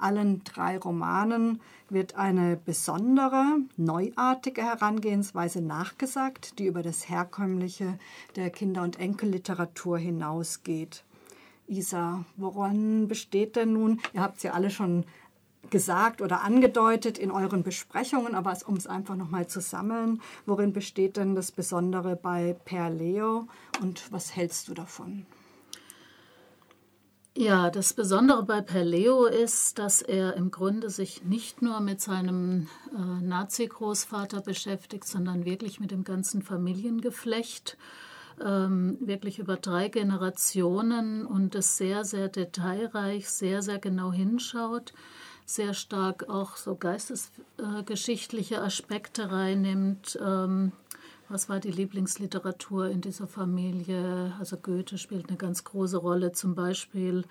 allen 3 Romanen wird eine besondere, neuartige Herangehensweise nachgesagt, die über das Herkömmliche der Kinder- und Enkelliteratur hinausgeht. Isa, woran besteht denn nun, ihr habt es ja alle schon gesagt oder angedeutet in euren Besprechungen, aber um es einfach nochmal zu sammeln, worin besteht denn das Besondere bei Per Leo und was hältst du davon? Ja, das Besondere bei Per Leo ist, dass er im Grunde sich nicht nur mit seinem Nazi-Großvater beschäftigt, sondern wirklich mit dem ganzen Familiengeflecht, wirklich über 3 Generationen und es sehr, sehr detailreich, sehr, sehr genau hinschaut, sehr stark auch so geistesgeschichtliche Aspekte reinnimmt. Was war die Lieblingsliteratur in dieser Familie? Also Goethe spielt eine ganz große Rolle zum Beispiel.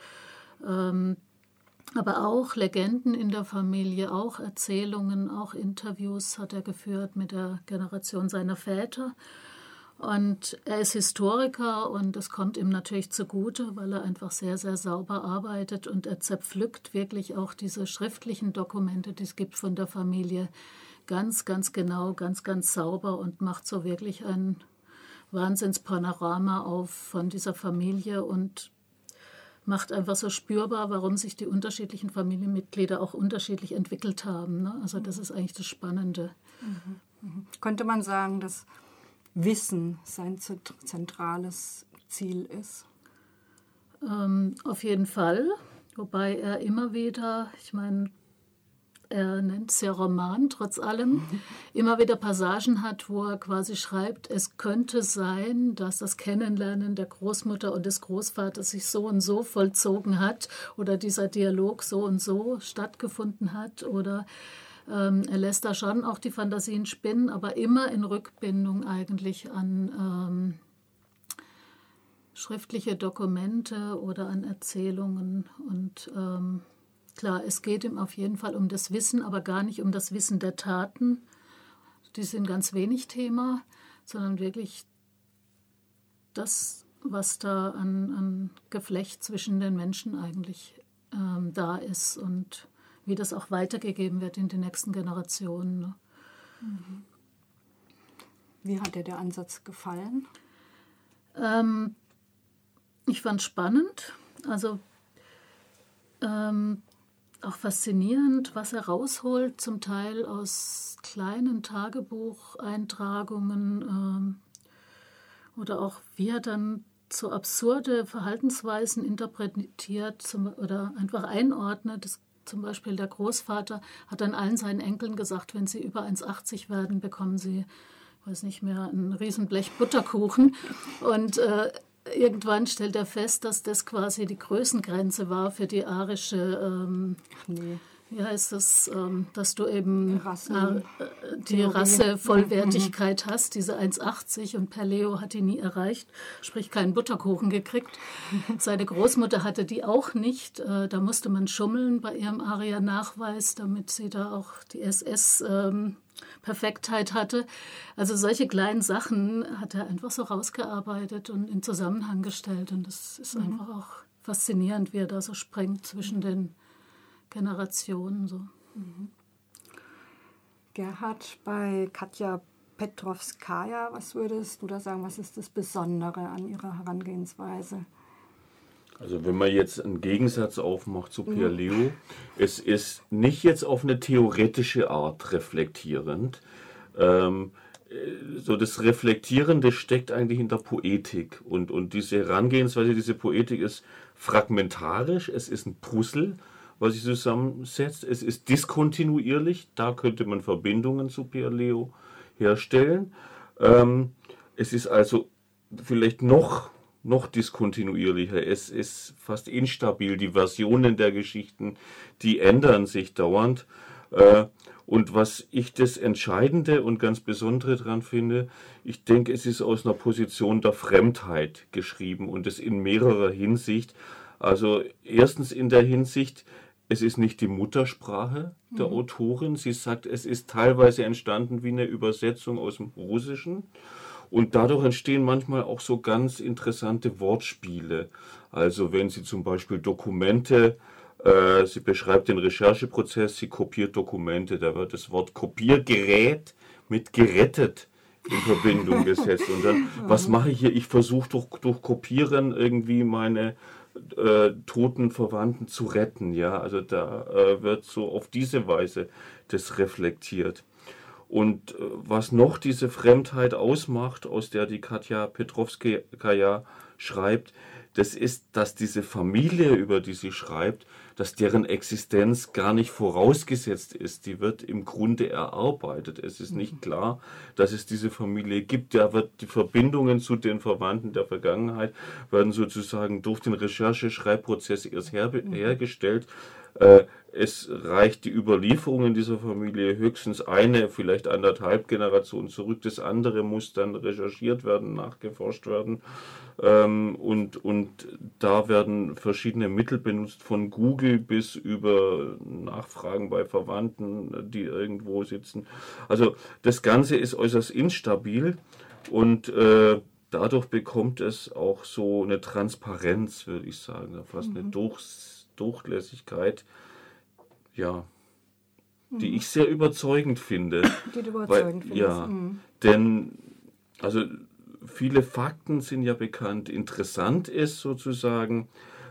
Aber auch Legenden in der Familie, auch Erzählungen, auch Interviews hat er geführt mit der Generation seiner Väter. Und er ist Historiker und das kommt ihm natürlich zugute, weil er einfach sehr, sehr sauber arbeitet und er zerpflückt wirklich auch diese schriftlichen Dokumente, die es gibt von der Familie, ganz, ganz genau, ganz, ganz sauber und macht so wirklich ein Wahnsinnspanorama auf von dieser Familie und macht einfach so spürbar, warum sich die unterschiedlichen Familienmitglieder auch unterschiedlich entwickelt haben. Ne? Also das ist eigentlich das Spannende. Könnte man sagen, dass Wissen sein zentrales Ziel ist? Auf jeden Fall, wobei er immer wieder, ich meine, er nennt es ja Roman, trotz allem, immer wieder Passagen hat, wo er quasi schreibt, es könnte sein, dass das Kennenlernen der Großmutter und des Großvaters sich so und so vollzogen hat oder dieser Dialog so und so stattgefunden hat oder er lässt da schon auch die Fantasien spinnen, aber immer in Rückbindung eigentlich an schriftliche Dokumente oder an Erzählungen und klar, es geht ihm auf jeden Fall um das Wissen, aber gar nicht um das Wissen der Taten. Die sind ganz wenig Thema, sondern wirklich das, was da an Geflecht zwischen den Menschen eigentlich da ist und wie das auch weitergegeben wird in die nächsten Generationen. Ne? Wie hat dir der Ansatz gefallen? Ich fand es spannend, also auch faszinierend, was er rausholt, zum Teil aus kleinen Tagebucheintragungen oder auch wie er dann so absurde Verhaltensweisen interpretiert oder einfach einordnet. Zum Beispiel der Großvater hat dann allen seinen Enkeln gesagt, wenn sie über 1,80 werden, bekommen sie, weiß nicht mehr, ein Riesenblech Butterkuchen. Und irgendwann stellt er fest, dass das quasi die Größengrenze war für die arische, wie heißt das, dass du eben die Rassevollwertigkeit hast, diese 1,80 und Per Leo hat die nie erreicht, sprich keinen Butterkuchen gekriegt. Seine Großmutter hatte die auch nicht, da musste man schummeln bei ihrem Aria-Nachweis, damit sie da auch die SS-Perfektheit hatte. Also solche kleinen Sachen hat er einfach so rausgearbeitet und in Zusammenhang gestellt und das ist einfach auch faszinierend, wie er da so springt zwischen den Generationen. So. Gerhard, bei Katja Petrovskaja, was würdest du da sagen, was ist das Besondere an ihrer Herangehensweise? Also wenn man jetzt einen Gegensatz aufmacht zu Per Leo, es ist nicht jetzt auf eine theoretische Art reflektierend. So das Reflektierende steckt eigentlich in der Poetik und diese Herangehensweise, diese Poetik ist fragmentarisch, es ist ein Puzzle, was sich zusammensetzt. Es ist diskontinuierlich, da könnte man Verbindungen zu Per Leo herstellen. Es ist also vielleicht noch diskontinuierlicher. Es ist fast instabil. Die Versionen der Geschichten, die ändern sich dauernd. Und was ich das Entscheidende und ganz Besondere daran finde, ich denke, es ist aus einer Position der Fremdheit geschrieben und es in mehrerer Hinsicht. Also erstens in der Hinsicht, es ist nicht die Muttersprache der Autorin. Sie sagt, es ist teilweise entstanden wie eine Übersetzung aus dem Russischen. Und dadurch entstehen manchmal auch so ganz interessante Wortspiele. Also wenn sie zum Beispiel Dokumente Sie beschreibt den Rechercheprozess, sie kopiert Dokumente, da wird das Wort Kopiergerät mit gerettet in Verbindung gesetzt. Und dann, was mache ich hier? Ich versuche durch Kopieren irgendwie meine toten Verwandten zu retten. Ja, also da wird so auf diese Weise das reflektiert. Und was noch diese Fremdheit ausmacht, aus der die Katja Petrovskaja schreibt, das ist, dass diese Familie, über die sie schreibt, dass deren Existenz gar nicht vorausgesetzt ist. Die wird im Grunde erarbeitet. Es ist nicht klar, dass es diese Familie gibt. Da wird die Verbindungen zu den Verwandten der Vergangenheit werden sozusagen durch den Recherche-Schreibprozess erst hergestellt. Es reicht die Überlieferung in dieser Familie höchstens eine, vielleicht 1,5 Generationen zurück. Das andere muss dann recherchiert werden, nachgeforscht werden. Und da werden verschiedene Mittel benutzt, von Google bis über Nachfragen bei Verwandten, die irgendwo sitzen. Also das Ganze ist äußerst instabil und dadurch bekommt es auch so eine Transparenz, würde ich sagen, fast eine Durchlässigkeit, ja, die ich sehr überzeugend finde. Die du überzeugend findest. Ja, denn also viele Fakten sind ja bekannt. Interessant ist sozusagen,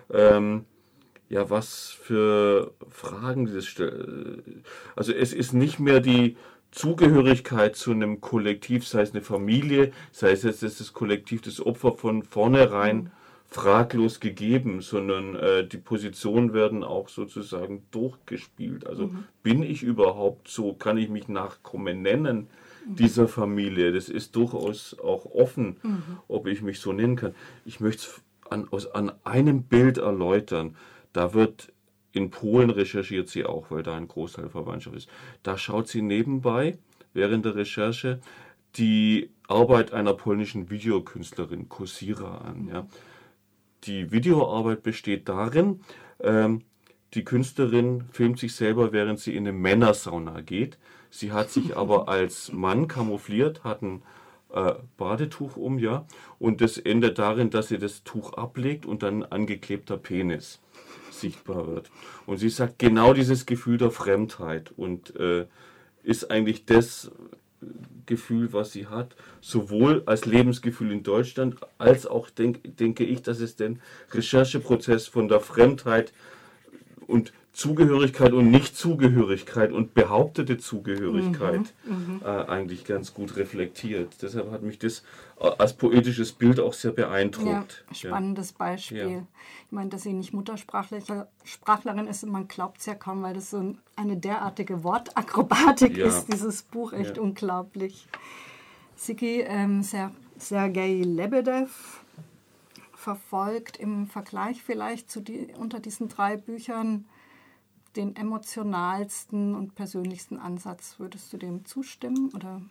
ja, was für Fragen das stellt. Also es ist nicht mehr die Zugehörigkeit zu einem Kollektiv, sei es eine Familie, sei es jetzt das Kollektiv, das Opfer von vornherein fraglos gegeben, sondern die Positionen werden auch sozusagen durchgespielt. Also bin ich überhaupt so, kann ich mich Nachkommen nennen dieser Familie? Das ist durchaus auch offen, ob ich mich so nennen kann. Ich möchte es an einem Bild erläutern. Da wird in Polen recherchiert sie auch, weil da ein Großteil Verwandtschaft ist. Da schaut sie nebenbei während der Recherche die Arbeit einer polnischen Videokünstlerin Kosira an. Ja. Die Videoarbeit besteht darin, die Künstlerin filmt sich selber, während sie in eine Männersauna geht. Sie hat sich aber als Mann kamoufliert, hat ein Badetuch um, ja, und das endet darin, dass sie das Tuch ablegt und dann ein angeklebter Penis sichtbar wird. Und sie sagt genau dieses Gefühl der Fremdheit und ist eigentlich das Gefühl, was sie hat, sowohl als Lebensgefühl in Deutschland, als auch denke ich, dass es den Rechercheprozess von der Fremdheit und Zugehörigkeit und Nichtzugehörigkeit und behauptete Zugehörigkeit eigentlich ganz gut reflektiert. Deshalb hat mich das als poetisches Bild auch sehr beeindruckt. Ja, spannendes Beispiel. Ja. Ich meine, dass sie nicht Muttersprachlerin ist, und man glaubt es ja kaum, weil das so eine derartige Wortakrobatik ist, dieses Buch, echt unglaublich. Sigi Sergei Lebedew verfolgt im Vergleich vielleicht unter diesen 3 Büchern den emotionalsten und persönlichsten Ansatz. Würdest du dem zustimmen? Oder?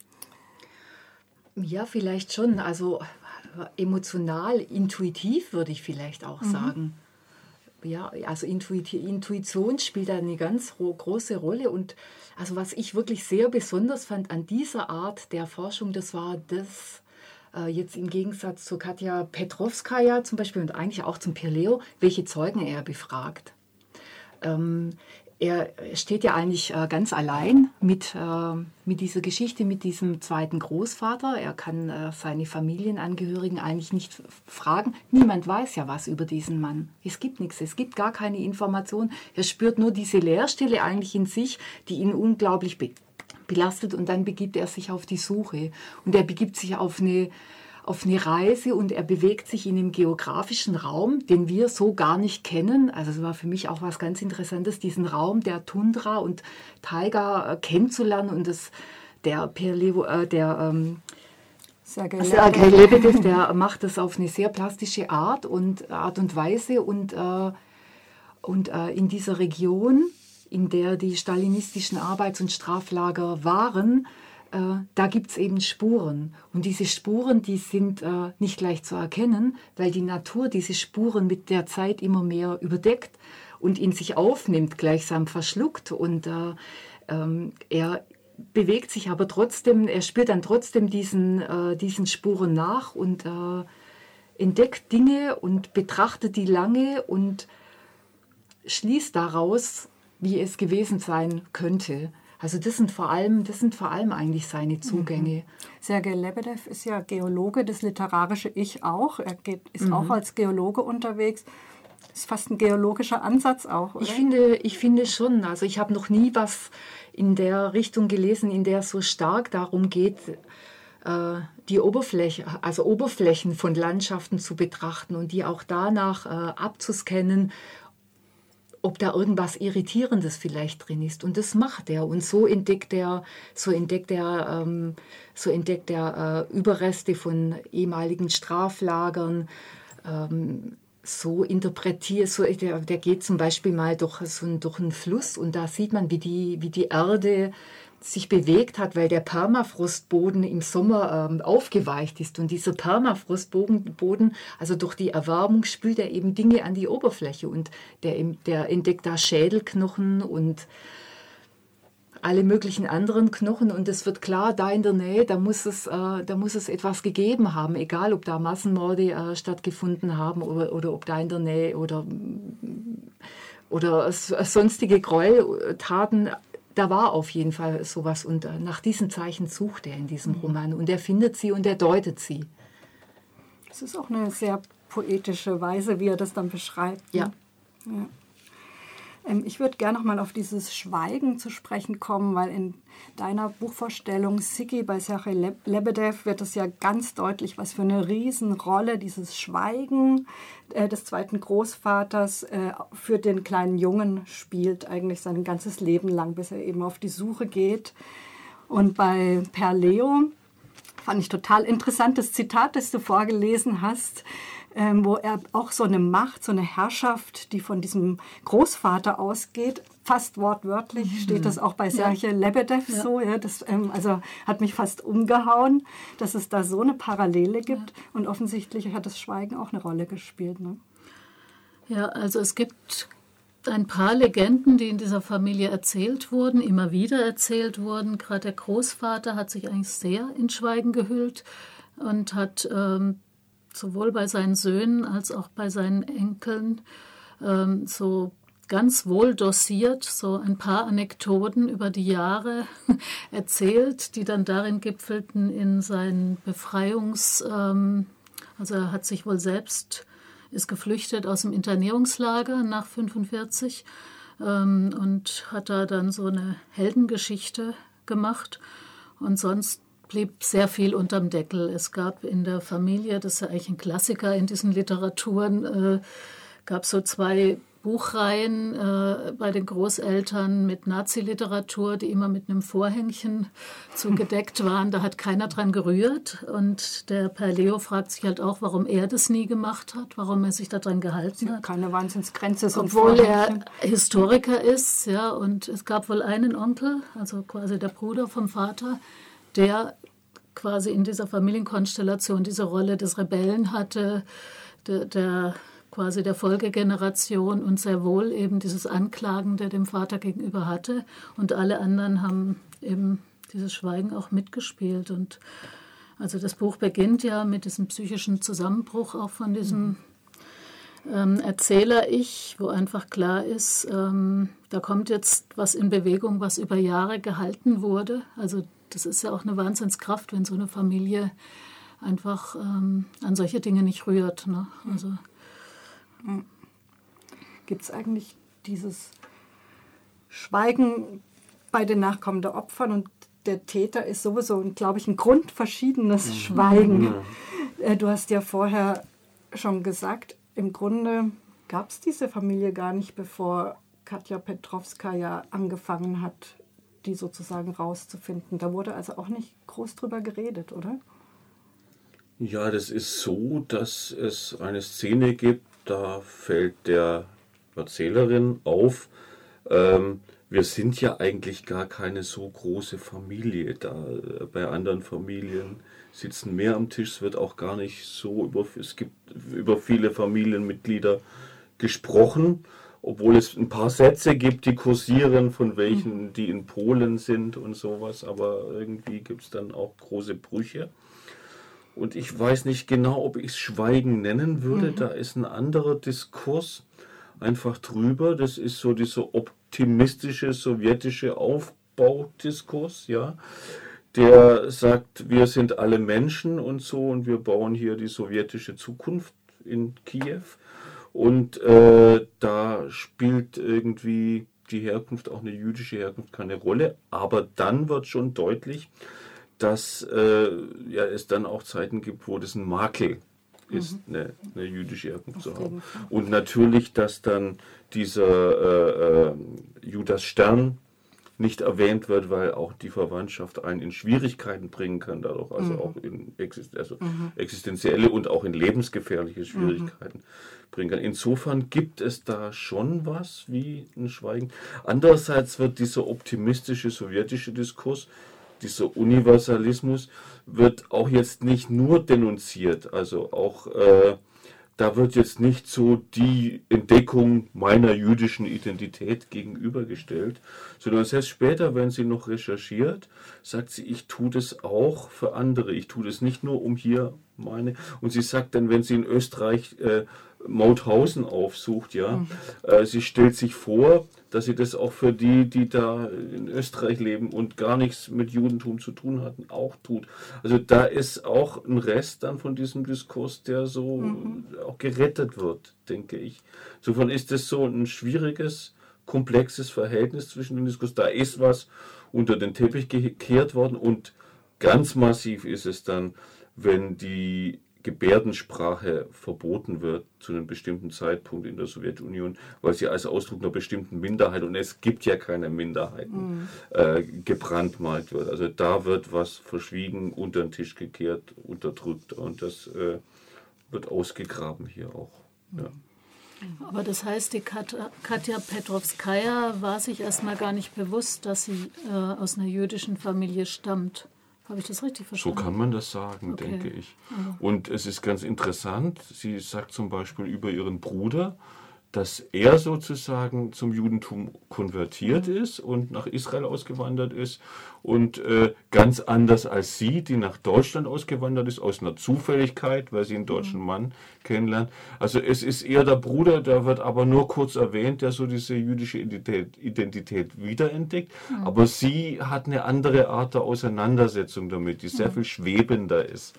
Ja, vielleicht schon. Also emotional, intuitiv würde ich vielleicht auch sagen. Ja, also Intuition spielt da eine ganz große Rolle. Und also was ich wirklich sehr besonders fand an dieser Art der Forschung, das war das, jetzt im Gegensatz zu Katja Petrovskaja zum Beispiel und eigentlich auch zum Pirleo, welche Zeugen er befragt. Er steht ja eigentlich ganz allein mit dieser Geschichte, mit diesem zweiten Großvater. Er kann seine Familienangehörigen eigentlich nicht fragen. Niemand weiß ja was über diesen Mann. Es gibt nichts, es gibt gar keine Information. Er spürt nur diese Leerstelle eigentlich in sich, die ihn unglaublich belastet. Und dann begibt er sich auf die Suche. Und er begibt sich auf eine Reise und er bewegt sich in einem geografischen Raum, den wir so gar nicht kennen. Also es war für mich auch was ganz Interessantes, diesen Raum der Tundra und Taiga kennenzulernen und Sergei Lebedew, der macht das auf eine sehr plastische Art und Weise und in dieser Region, in der die stalinistischen Arbeits- und Straflager waren, da gibt es eben Spuren. Und diese Spuren, die sind nicht leicht zu erkennen, weil die Natur diese Spuren mit der Zeit immer mehr überdeckt und in sich aufnimmt, gleichsam verschluckt. Und er bewegt sich aber trotzdem, er spürt dann trotzdem diesen Spuren nach und entdeckt Dinge und betrachtet die lange und schließt daraus, wie es gewesen sein könnte. Also das sind vor allem eigentlich seine Zugänge. Sergej Lebedew ist ja Geologe, das literarische Ich auch. Er ist auch als Geologe unterwegs. Ist fast ein geologischer Ansatz auch, oder? Ich finde schon. Also ich habe noch nie was in der Richtung gelesen, in der es so stark darum geht, die Oberflächen von Landschaften zu betrachten und die auch danach abzuscannen, ob da irgendwas Irritierendes vielleicht drin ist. Und das macht er. Und so entdeckt er Überreste von ehemaligen Straflagern. Der geht zum Beispiel mal durch einen Fluss und da sieht man, wie die Erde sich bewegt hat, weil der Permafrostboden im Sommer aufgeweicht ist. Und dieser Permafrostboden, also durch die Erwärmung, spült er eben Dinge an die Oberfläche. Und der entdeckt da Schädelknochen und alle möglichen anderen Knochen. Und es wird klar, da in der Nähe, da muss es etwas gegeben haben, egal ob da Massenmorde stattgefunden haben oder ob da in der Nähe oder sonstige Gräueltaten. Da war auf jeden Fall sowas und nach diesen Zeichen sucht er in diesem Roman und er findet sie und er deutet sie. Es ist auch eine sehr poetische Weise, wie er das dann beschreibt. Ja. Ja. Ich würde gerne noch mal auf dieses Schweigen zu sprechen kommen, weil in deiner Buchvorstellung Siggi bei Sergej Lebedew wird es ja ganz deutlich, was für eine Riesenrolle dieses Schweigen des zweiten Großvaters für den kleinen Jungen spielt, eigentlich sein ganzes Leben lang, bis er eben auf die Suche geht. Und bei Per Leo fand ich total interessant das Zitat, das du vorgelesen hast, wo er auch so eine Macht, so eine Herrschaft, die von diesem Großvater ausgeht, fast wortwörtlich steht das auch bei Sergej Lebedew so. Ja, das also hat mich fast umgehauen, dass es da so eine Parallele gibt. Ja. Und offensichtlich hat das Schweigen auch eine Rolle gespielt. Ne? Ja, also es gibt ein paar Legenden, die in dieser Familie erzählt wurden, immer wieder erzählt wurden. Gerade der Großvater hat sich eigentlich sehr in Schweigen gehüllt und hat sowohl bei seinen Söhnen als auch bei seinen Enkeln so ganz wohl dosiert so ein paar Anekdoten über die Jahre erzählt, die dann darin gipfelten in seinen also er hat sich wohl selbst, ist geflüchtet aus dem Internierungslager nach 1945 und hat da dann so eine Heldengeschichte gemacht und sonst blieb sehr viel unterm Deckel. Es gab in der Familie, das ist ja eigentlich ein Klassiker in diesen Literaturen, gab so 2 Buchreihen bei den Großeltern mit Nazi-Literatur, die immer mit einem Vorhängchen zugedeckt waren. Da hat keiner dran gerührt. Und der Per Leo fragt sich halt auch, warum er das nie gemacht hat, warum er sich daran gehalten hat. Keine Wahnsinnsgrenze. So obwohl er Historiker ist. Ja, und es gab wohl einen Onkel, also quasi der Bruder vom Vater, der quasi in dieser Familienkonstellation diese Rolle des Rebellen hatte, quasi der Folgegeneration und sehr wohl eben dieses Anklagen, der dem Vater gegenüber hatte. Und alle anderen haben eben dieses Schweigen auch mitgespielt. Und also das Buch beginnt ja mit diesem psychischen Zusammenbruch auch von diesem Erzähler-Ich, wo einfach klar ist, da kommt jetzt was in Bewegung, was über Jahre gehalten wurde. Also das ist ja auch eine Wahnsinnskraft, wenn so eine Familie einfach an solche Dinge nicht rührt. Ne? Also gibt es eigentlich dieses Schweigen bei den Nachkommen der Opfern und der Täter ist sowieso, glaube ich, ein grundverschiedenes Schweigen. Du hast ja vorher schon gesagt, im Grunde gab es diese Familie gar nicht, bevor Katja Petrovskaja angefangen hat, die sozusagen rauszufinden. Da wurde also auch nicht groß drüber geredet, oder? Ja, das ist so, dass es eine Szene gibt, da fällt der Erzählerin auf, wir sind ja eigentlich gar keine so große Familie. Da bei anderen Familien sitzen mehr am Tisch, es wird auch gar nicht so es gibt über viele Familienmitglieder gesprochen, obwohl es ein paar Sätze gibt, die kursieren, von welchen, die in Polen sind und sowas, aber irgendwie gibt es dann auch große Brüche. Und ich weiß nicht genau, ob ich es Schweigen nennen würde, da ist ein anderer Diskurs, einfach drüber. Das ist so dieser optimistische sowjetische Aufbaudiskurs, ja, der sagt, wir sind alle Menschen und so und wir bauen hier die sowjetische Zukunft in Kiew. Und da spielt irgendwie die Herkunft, auch eine jüdische Herkunft, keine Rolle. Aber dann wird schon deutlich, dass es dann auch Zeiten gibt, wo das ein Makel ist, eine jüdische Herkunft zu haben. Und natürlich, dass dann dieser Judas Stern nicht erwähnt wird, weil auch die Verwandtschaft einen in Schwierigkeiten bringen kann, dadurch, also auch in existenzielle und auch in lebensgefährliche Schwierigkeiten bringen kann. Insofern gibt es da schon was wie ein Schweigen. Andererseits wird dieser optimistische sowjetische Diskurs, dieser Universalismus, wird auch jetzt nicht nur denunziert, also auch da wird jetzt nicht so die Entdeckung meiner jüdischen Identität gegenübergestellt, sondern selbst später, wenn sie noch recherchiert, sagt sie, ich tue das auch für andere. Ich tue das nicht nur um hier meine. Und sie sagt dann, wenn sie in Österreich Mauthausen aufsucht, ja, sie stellt sich vor, dass sie das auch für die, die da in Österreich leben und gar nichts mit Judentum zu tun hatten, auch tut. Also da ist auch ein Rest dann von diesem Diskurs, der so auch gerettet wird, denke ich. Insofern ist das so ein schwieriges, komplexes Verhältnis zwischen den Diskurs. Da ist was unter den Teppich gekehrt worden und ganz massiv ist es dann, wenn die Gebärdensprache verboten wird zu einem bestimmten Zeitpunkt in der Sowjetunion, weil sie als Ausdruck einer bestimmten Minderheit, und es gibt ja keine Minderheiten, gebrandmarkt wird. Also da wird was verschwiegen, unter den Tisch gekehrt, unterdrückt und das wird ausgegraben hier auch. Ja. Aber das heißt, die Katja Petrovskaja war sich erstmal gar nicht bewusst, dass sie aus einer jüdischen Familie stammt. Habe ich das richtig verstanden? So kann man das sagen, denke ich. Und es ist ganz interessant, sie sagt zum Beispiel über ihren Bruder, dass er sozusagen zum Judentum konvertiert ist und nach Israel ausgewandert ist und ganz anders als sie, die nach Deutschland ausgewandert ist, aus einer Zufälligkeit, weil sie einen deutschen Mann kennenlernt. Also es ist eher der Bruder, der wird aber nur kurz erwähnt, der so diese jüdische Identität wiederentdeckt. Aber sie hat eine andere Art der Auseinandersetzung damit, die sehr viel schwebender ist.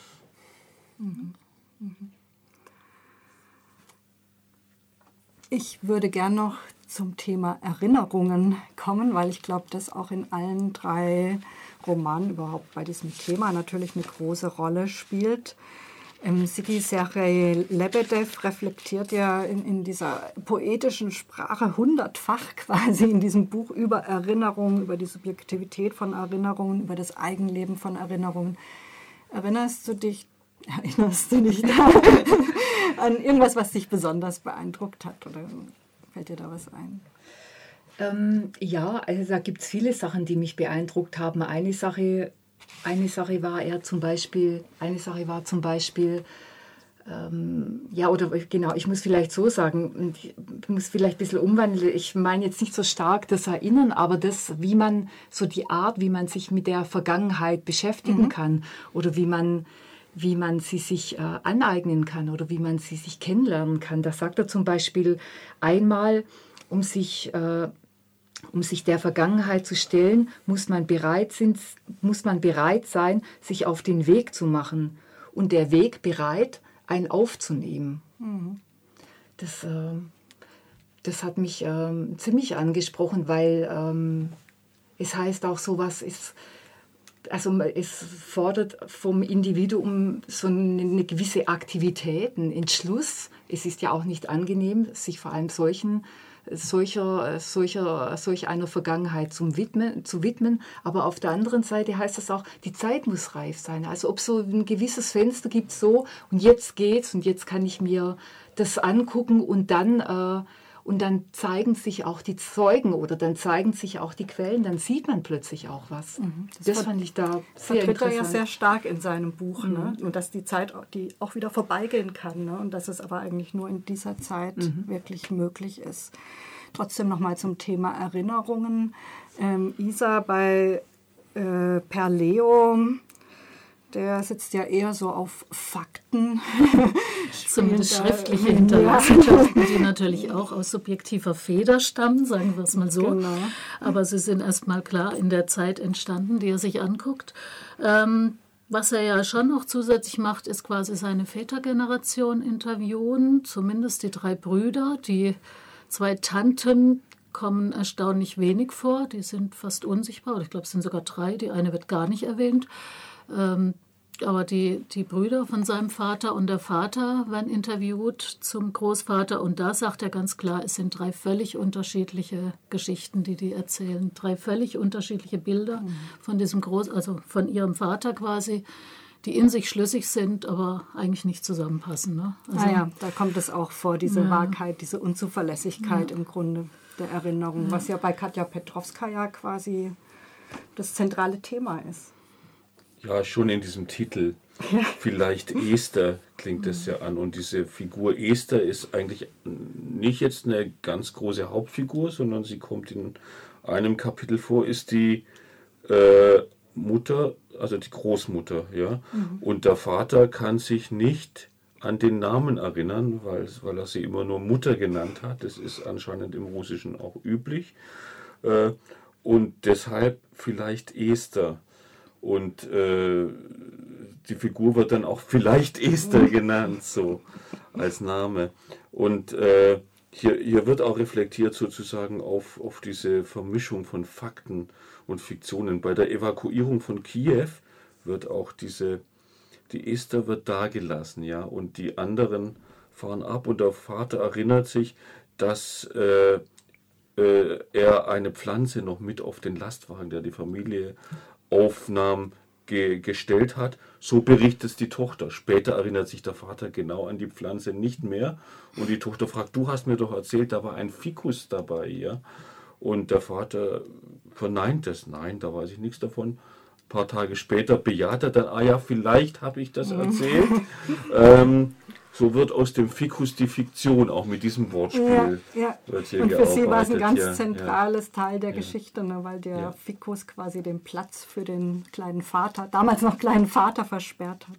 Ich würde gern noch zum Thema Erinnerungen kommen, weil ich glaube, dass auch in allen 3 Romanen überhaupt bei diesem Thema natürlich eine große Rolle spielt. Sigi Sergej Lebedew reflektiert ja in dieser poetischen Sprache 100-fach quasi in diesem Buch über Erinnerungen, über die Subjektivität von Erinnerungen, über das Eigenleben von Erinnerungen. Erinnerst du dich da an irgendwas, was dich besonders beeindruckt hat? Oder fällt dir da was ein? Ja, also da gibt es viele Sachen, die mich beeindruckt haben. Eine Sache war zum Beispiel, ich muss vielleicht so sagen, ich muss vielleicht ein bisschen umwandeln. Ich meine jetzt nicht so stark das Erinnern, aber das, wie man, so die Art, wie man sich mit der Vergangenheit beschäftigen kann oder wie man sie sich aneignen kann oder wie man sie sich kennenlernen kann. Da sagt er zum Beispiel einmal, um sich der Vergangenheit zu stellen, muss man bereit sein, sich auf den Weg zu machen und der Weg bereit, einen aufzunehmen. Das hat mich ziemlich angesprochen, weil es heißt auch sowas ist. Also es fordert vom Individuum so eine gewisse Aktivität, einen Entschluss. Es ist ja auch nicht angenehm, sich vor allem solch einer Vergangenheit zu widmen. Aber auf der anderen Seite heißt das auch, die Zeit muss reif sein. Also ob so ein gewisses Fenster gibt, so und jetzt geht's und jetzt kann ich mir das angucken und dann zeigen sich auch die Zeugen oder dann zeigen sich auch die Quellen, dann sieht man plötzlich auch was. Das fand ich da sehr interessant. Er ja sehr stark in seinem Buch, ne? Und dass die Zeit die auch wieder vorbeigehen kann, ne? Und dass es aber eigentlich nur in dieser Zeit wirklich möglich ist. Trotzdem nochmal zum Thema Erinnerungen. Isa bei Per Leo Der sitzt ja eher so auf Fakten. Zumindest schriftliche Hinterlassenschaften, die natürlich auch aus subjektiver Feder stammen, sagen wir es mal so. Genau. Aber sie sind erstmal klar in der Zeit entstanden, die er sich anguckt. Was er ja schon noch zusätzlich macht, ist quasi seine Vätergeneration interviewen, zumindest die 3 Brüder. Die 2 Tanten kommen erstaunlich wenig vor, die sind fast unsichtbar. Ich glaube, es sind sogar 3, die eine wird gar nicht erwähnt. Aber die Brüder von seinem Vater und der Vater werden interviewt zum Großvater. Und da sagt er ganz klar, es sind 3 völlig unterschiedliche Geschichten, die erzählen. 3 völlig unterschiedliche Bilder von diesem also von ihrem Vater quasi, die in sich schlüssig sind, aber eigentlich nicht zusammenpassen. Ne? Also, ja, da kommt es auch vor, diese Wahrheit, diese Unzuverlässigkeit im Grunde der Erinnerung, was ja bei Katja Petrovskaja quasi das zentrale Thema ist. Ja, schon in diesem Titel. Vielleicht Esther klingt es ja an. Und diese Figur Esther ist eigentlich nicht jetzt eine ganz große Hauptfigur, sondern sie kommt in einem Kapitel vor, ist die Mutter, also die Großmutter. Ja? Und der Vater kann sich nicht an den Namen erinnern, weil er sie immer nur Mutter genannt hat. Das ist anscheinend im Russischen auch üblich. Und deshalb vielleicht Esther. Und die Figur wird dann auch vielleicht Esther genannt, so als Name. Und hier wird auch reflektiert sozusagen auf diese Vermischung von Fakten und Fiktionen. Bei der Evakuierung von Kiew wird auch die Esther wird dagelassen, ja, und die anderen fahren ab und der Vater erinnert sich, dass er eine Pflanze noch mit auf den Lastwagen, der die Familie aufnahm, gestellt hat. So berichtet die Tochter. Später erinnert sich der Vater genau an die Pflanze nicht mehr und die Tochter fragt, du hast mir doch erzählt, da war ein Ficus dabei, ja? Und der Vater verneint es. Nein, da weiß ich nichts davon. Ein paar Tage später bejaht er dann, ja, vielleicht habe ich das erzählt. So wird aus dem Ficus die Fiktion, auch mit diesem Wortspiel. Wird hier und für sie war es ein gearbeitet. ganz zentrales Teil der Geschichte, ne, weil der Ficus quasi den Platz für den kleinen Vater, damals noch kleinen Vater, versperrt hat.